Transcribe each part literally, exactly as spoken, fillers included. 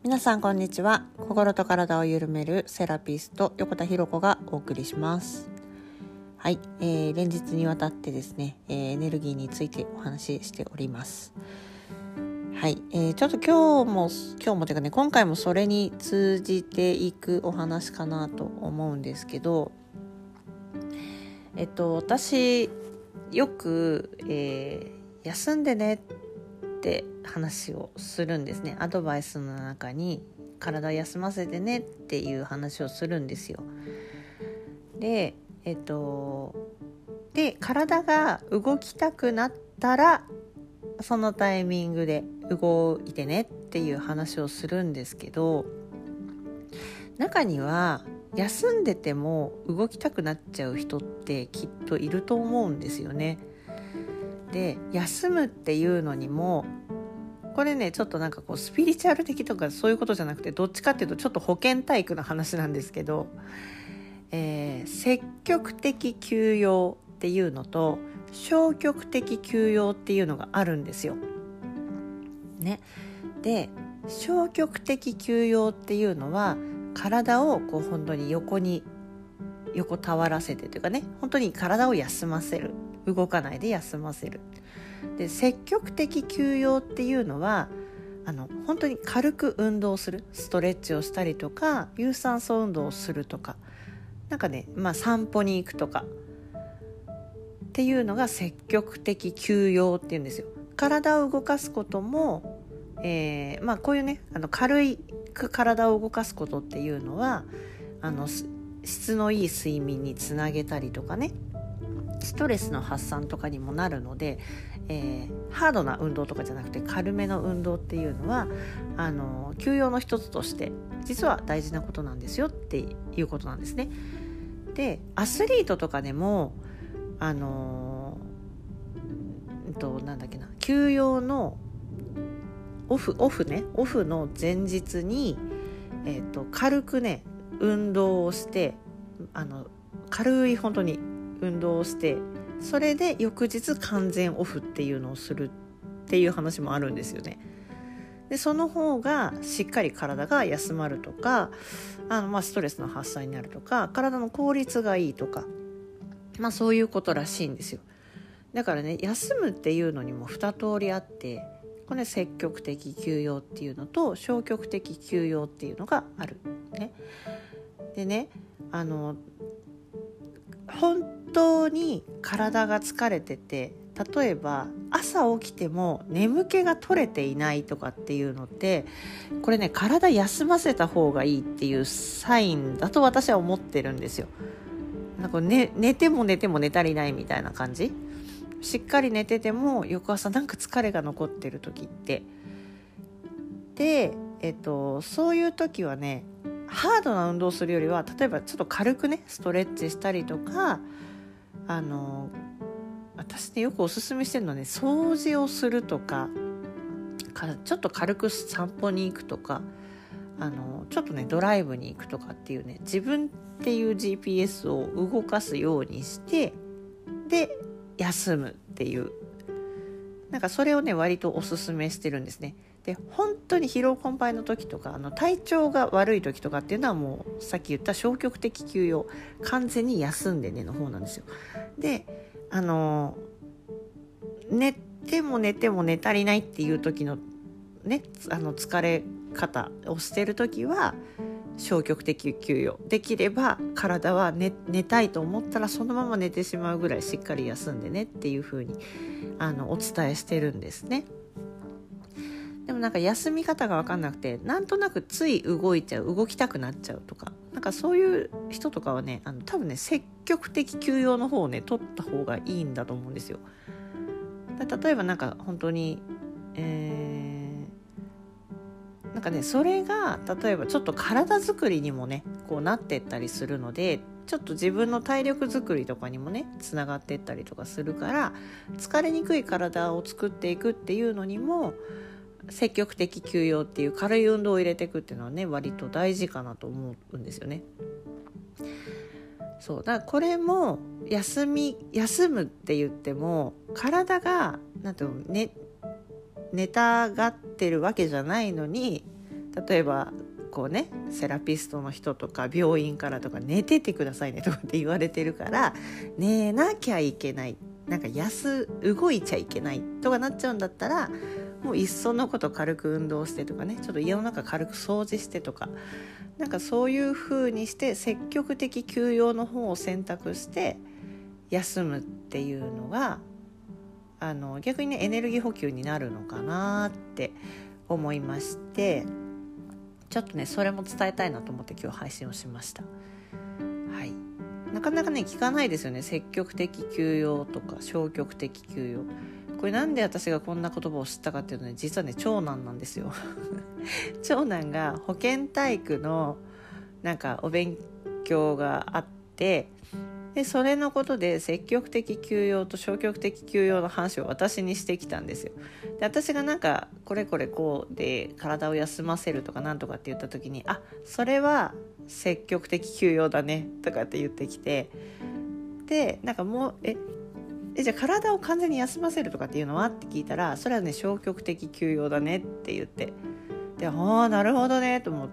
皆さんこんにちは。心と体を緩めるセラピスト横田博子がお送りします。はい、えー、連日にわたってですね、えー、エネルギーについてお話ししております。はい、えー、ちょっと今日も今日もというかね、今回もそれに通じていくお話かなと思うんですけど、えっと私よく、えー、休んでねって話をするんですね。アドバイスの中に体を休ませてねっていう話をするんですよ。で、えっとで体が動きたくなったらそのタイミングで動いてねっていう話をするんですけど、中には休んでても動きたくなっちゃう人ってきっといると思うんですよね。で、休むっていうのにもこれね、ちょっとなんかこうスピリチュアル的とかそういうことじゃなくて、どっちかっていうとちょっと保健体育の話なんですけど、えー、積極的休養っていうのと消極的休養っていうのがあるんですよ。ね。で、消極的休養っていうのは体をこう本当に横に横たわらせてというかね、本当に体を休ませる、動かないで休ませる。で、積極的休養っていうのはあの本当に軽く運動する、ストレッチをしたりとか有酸素運動をするとか、なんかね、まあ散歩に行くとかっていうのが積極的休養っていうんですよ。体を動かすことも、えー、まあこういうね、あの軽い体を動かすことっていうのはあの質のいい睡眠につなげたりとかね、ストレスの発散とかにもなるので、えー、ハードな運動とかじゃなくて軽めの運動っていうのはあの休養の一つとして実は大事なことなんですよっていうことなんですね。で、アスリートとかでもあのー、んとなんだっけな休養のオフオフねオフの前日に、えー、と軽くね運動をしてあの軽い本当に運動をしてそれで翌日完全オフっていうのをするっていう話もあるんですよね。で、その方がしっかり体が休まるとか、あのまあストレスの発散になるとか、体の効率がいいとか、まあそういうことらしいんですよ。だからね、休むっていうのにも二通りあって、これ積極的休養っていうのと消極的休養っていうのがあるね。でね、あの本当に体が疲れてて、例えば朝起きても眠気が取れていないとかっていうのって、これね、体休ませた方がいいっていうサインだと私は思ってるんですよ。なんか、ね、寝ても寝ても寝足りないみたいな感じ。しっかり寝てても翌朝なんか疲れが残ってる時ってで、えっと、そういう時はね、ハードな運動をするよりは、例えばちょっと軽くねストレッチしたりとか、あの私ねよくおすすめしてるのはね、掃除をするとか、かちょっと軽く散歩に行くとか、あのちょっとねドライブに行くとかっていうね、自分っていう ジーピーエス を動かすようにしてで休むっていう、なんかそれをね割とおすすめしてるんですね。で、本当に疲労困憊の時とか、あの体調が悪い時とかっていうのはもうさっき言った消極的休養、完全に休んでねの方なんですよ。で、あの寝ても寝ても寝足りないっていう時のね、あの疲れ方をしてる時は消極的休養、できれば体は 寝, 寝たいと思ったらそのまま寝てしまうぐらいしっかり休んでねっていう風にあのお伝えしてるんですね。でもなんか休み方が分かんなくて、なんとなくつい動いちゃう、動きたくなっちゃうとか、なんかそういう人とかはね、あの多分ね積極的休養の方をね取った方がいいんだと思うんですよ。だ例えばなんか本当に、えー、なんかねそれが例えばちょっと体作りにもねこうなってったりするので、ちょっと自分の体力作りとかにもねつながってったりとかするから、疲れにくい体を作っていくっていうのにも積極的休養っていう軽い運動を入れていくっていうのはね割と大事かなと思うんですよね。そうだからこれも休み休むって言っても体がなんていうの、ね、寝たがってるわけじゃないのに、 例えばこうねセラピストの人とか病院からとか寝ててくださいねとかって言われてるから寝なきゃいけない、なんか休動いちゃいけないとかなっちゃうんだったら、もういっそのこと軽く運動してとかね、ちょっと家の中軽く掃除してとか、なんかそういう風にして積極的休養の方を選択して休むっていうのがあの逆にねエネルギー補給になるのかなって思いまして、ちょっとねそれも伝えたいなと思って今日配信をしました。はい、なかなかね聞かないですよね、積極的休養とか消極的休養。これなんで私がこんな言葉を知ったかっていうとね、実はね長男なんですよ長男が保健体育のなんかお勉強があって、でそれのことで積極的休養と消極的休養の話を私にしてきたんですよ。で私がなんかこれこれこうで体を休ませるとかなんとかって言った時に、あ、それは積極的休養だねとかって言ってきて、でなんかもうええじゃあ体を完全に休ませるとかっていうのはって聞いたら、それはね消極的休養だねって言って、でああなるほどねと思って、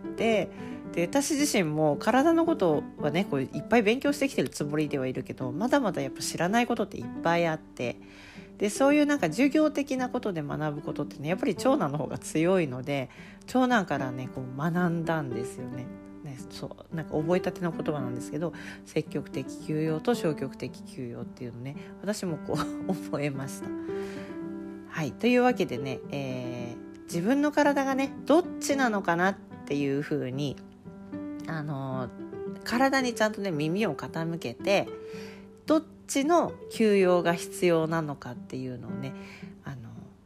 で私自身も体のことはねこういっぱい勉強してきてるつもりではいるけど、まだまだやっぱ知らないことっていっぱいあって、でそういうなんか授業的なことで学ぶことってねやっぱり長男の方が強いので、長男からねこう学んだんですよね。ね、そうなんか覚えたての言葉なんですけど、積極的休養と消極的休養っていうのね、私もこう覚えました。はい、というわけでね、えー、自分の体がねどっちなのかなっていう風にあの体にちゃんとね耳を傾けて、どっちの休養が必要なのかっていうのをね、あ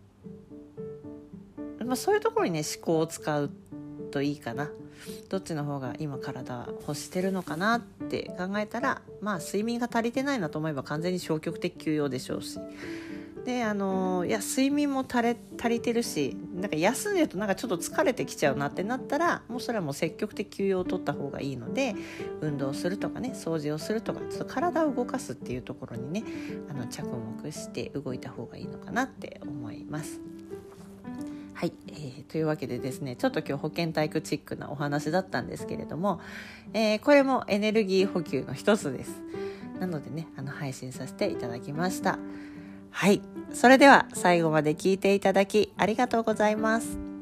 の、まあ、そういうところにね思考を使うといいかな。どっちの方が今体欲してるのかなって考えたら、まあ睡眠が足りてないなと思えば完全に消極的休養でしょうし、であのいや睡眠も足れ足りてるし、なんか休んでるとなんかちょっと疲れてきちゃうなってなったら、もうそれはもう積極的休養を取った方がいいので、運動するとかね掃除をするとか、ちょっと体を動かすっていうところにねあの着目して動いた方がいいのかなって思います。はい、えー、というわけでですね、ちょっと今日保健体育チックなお話だったんですけれども、えー、これもエネルギー補給の一つです。なのでねあの配信させていただきました。はい、それでは最後まで聞いていただきありがとうございます。